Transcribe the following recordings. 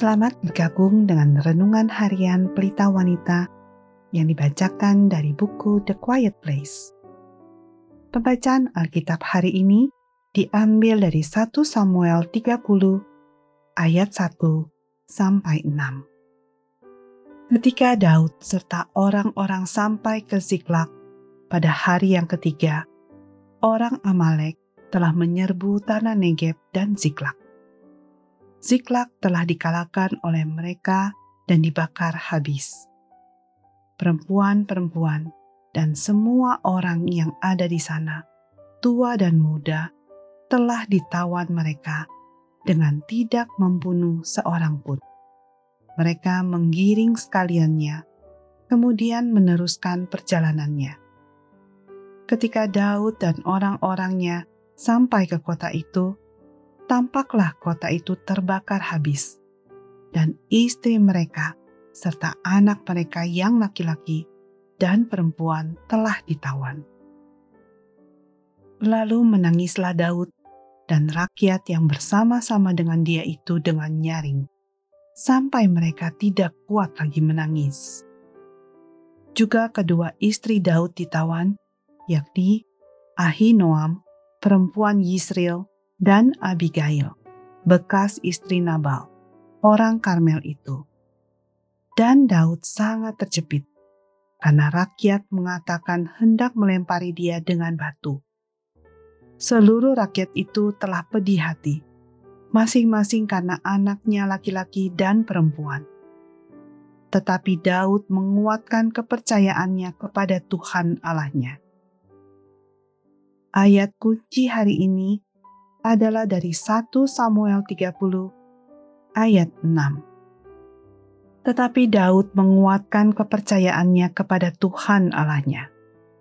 Selamat bergabung dengan Renungan Harian Pelita Wanita yang dibacakan dari buku The Quiet Place. Pembacaan Alkitab hari ini diambil dari 1 Samuel 30 ayat 1 sampai 6. Ketika Daud serta orang-orang sampai ke Ziklag pada hari yang ketiga, orang Amalek telah menyerbu tanah Negeb dan Ziklag. Ziklag telah dikalahkan oleh mereka dan dibakar habis. Perempuan-perempuan dan semua orang yang ada di sana, tua dan muda, telah ditawan mereka dengan tidak membunuh seorang pun. Mereka menggiring sekaliannya, kemudian meneruskan perjalanannya. Ketika Daud dan orang-orangnya sampai ke kota itu, tampaklah kota itu terbakar habis, dan istri mereka serta anak mereka yang laki-laki dan perempuan telah ditawan. Lalu menangislah Daud dan rakyat yang bersama-sama dengan dia itu dengan nyaring, sampai mereka tidak kuat lagi menangis. Juga kedua istri Daud ditawan, yakni Ahinoam, perempuan Yisril, dan Abigail, bekas istri Nabal, orang Karmel itu. Dan Daud sangat terjepit, karena rakyat mengatakan hendak melempari dia dengan batu. Seluruh rakyat itu telah pedih hati, masing-masing karena anaknya laki-laki dan perempuan. Tetapi Daud menguatkan kepercayaannya kepada Tuhan Allahnya. Ayat kunci hari ini adalah dari 1 Samuel 30 ayat 6. Tetapi Daud menguatkan kepercayaannya kepada Tuhan Allahnya.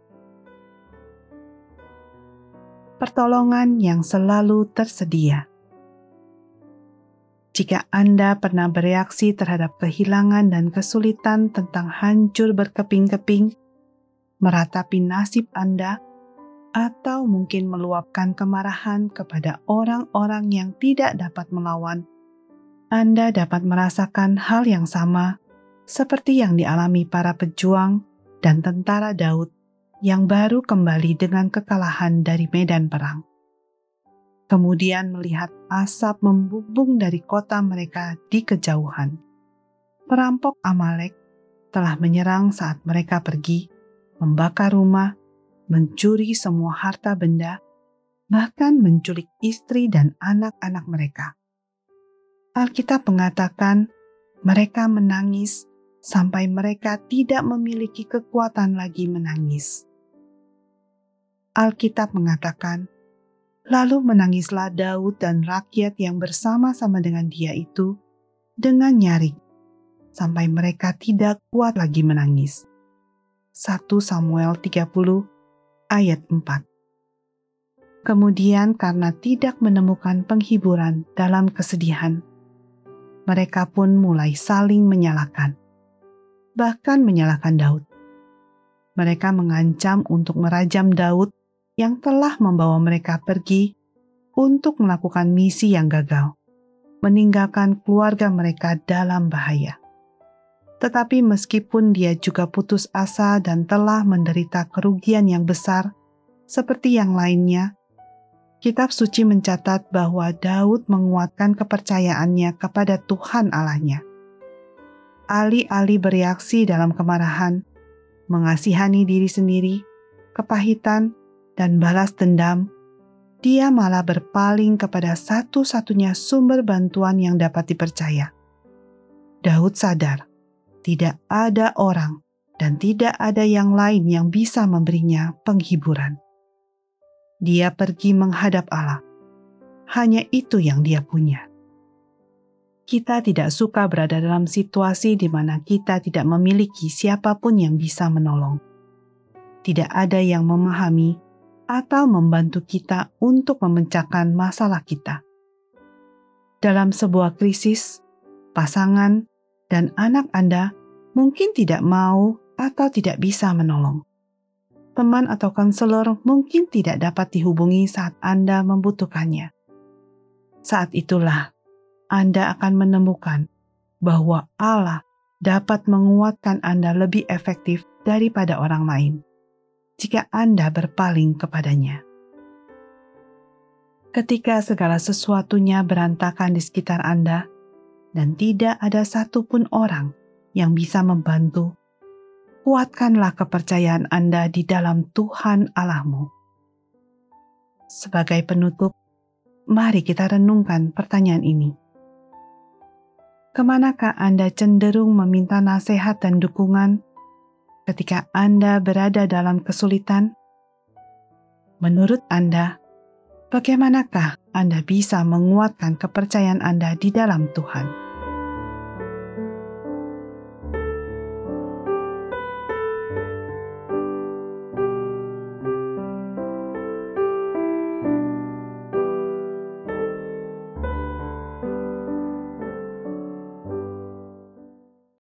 Pertolongan yang selalu tersedia. Jika Anda pernah bereaksi terhadap kehilangan dan kesulitan tentang hancur berkeping-keping, meratapi nasib Anda, atau mungkin meluapkan kemarahan kepada orang-orang yang tidak dapat melawan, Anda dapat merasakan hal yang sama seperti yang dialami para pejuang dan tentara Daud yang baru kembali dengan kekalahan dari medan perang. Kemudian melihat asap membumbung dari kota mereka di kejauhan. Perampok Amalek telah menyerang saat mereka pergi, membakar rumah, mencuri semua harta benda, bahkan menculik istri dan anak-anak mereka. Alkitab mengatakan mereka menangis sampai mereka tidak memiliki kekuatan lagi menangis. Alkitab mengatakan, lalu menangislah Daud dan rakyat yang bersama-sama dengan dia itu dengan nyaring, sampai mereka tidak kuat lagi menangis. 1 Samuel 30 ayat 4. Kemudian karena tidak menemukan penghiburan dalam kesedihan, mereka pun mulai saling menyalahkan, bahkan menyalahkan Daud. Mereka mengancam untuk merajam Daud yang telah membawa mereka pergi untuk melakukan misi yang gagal, meninggalkan keluarga mereka dalam bahaya. Tetapi meskipun dia juga putus asa dan telah menderita kerugian yang besar, seperti yang lainnya, Kitab Suci mencatat bahwa Daud menguatkan kepercayaannya kepada Tuhan Allahnya. Alih-alih bereaksi dalam kemarahan, mengasihani diri sendiri, kepahitan, dan balas dendam, dia malah berpaling kepada satu-satunya sumber bantuan yang dapat dipercaya. Daud sadar, tidak ada orang dan tidak ada yang lain yang bisa memberinya penghiburan. Dia pergi menghadap Allah. Hanya itu yang dia punya. Kita tidak suka berada dalam situasi di mana kita tidak memiliki siapapun yang bisa menolong. Tidak ada yang memahami atau membantu kita untuk memecahkan masalah kita. Dalam sebuah krisis, pasangan dan anak Anda mungkin tidak mau atau tidak bisa menolong. Teman atau konselor mungkin tidak dapat dihubungi saat Anda membutuhkannya. Saat itulah Anda akan menemukan bahwa Allah dapat menguatkan Anda lebih efektif daripada orang lain jika Anda berpaling kepadanya. Ketika segala sesuatunya berantakan di sekitar Anda dan tidak ada satupun orang yang bisa membantu, kuatkanlah kepercayaan Anda di dalam Tuhan Allahmu. Sebagai penutup, mari kita renungkan pertanyaan ini. Kemanakah Anda cenderung meminta nasihat dan dukungan ketika Anda berada dalam kesulitan? Menurut Anda, bagaimanakah Anda bisa menguatkan kepercayaan Anda di dalam Tuhan?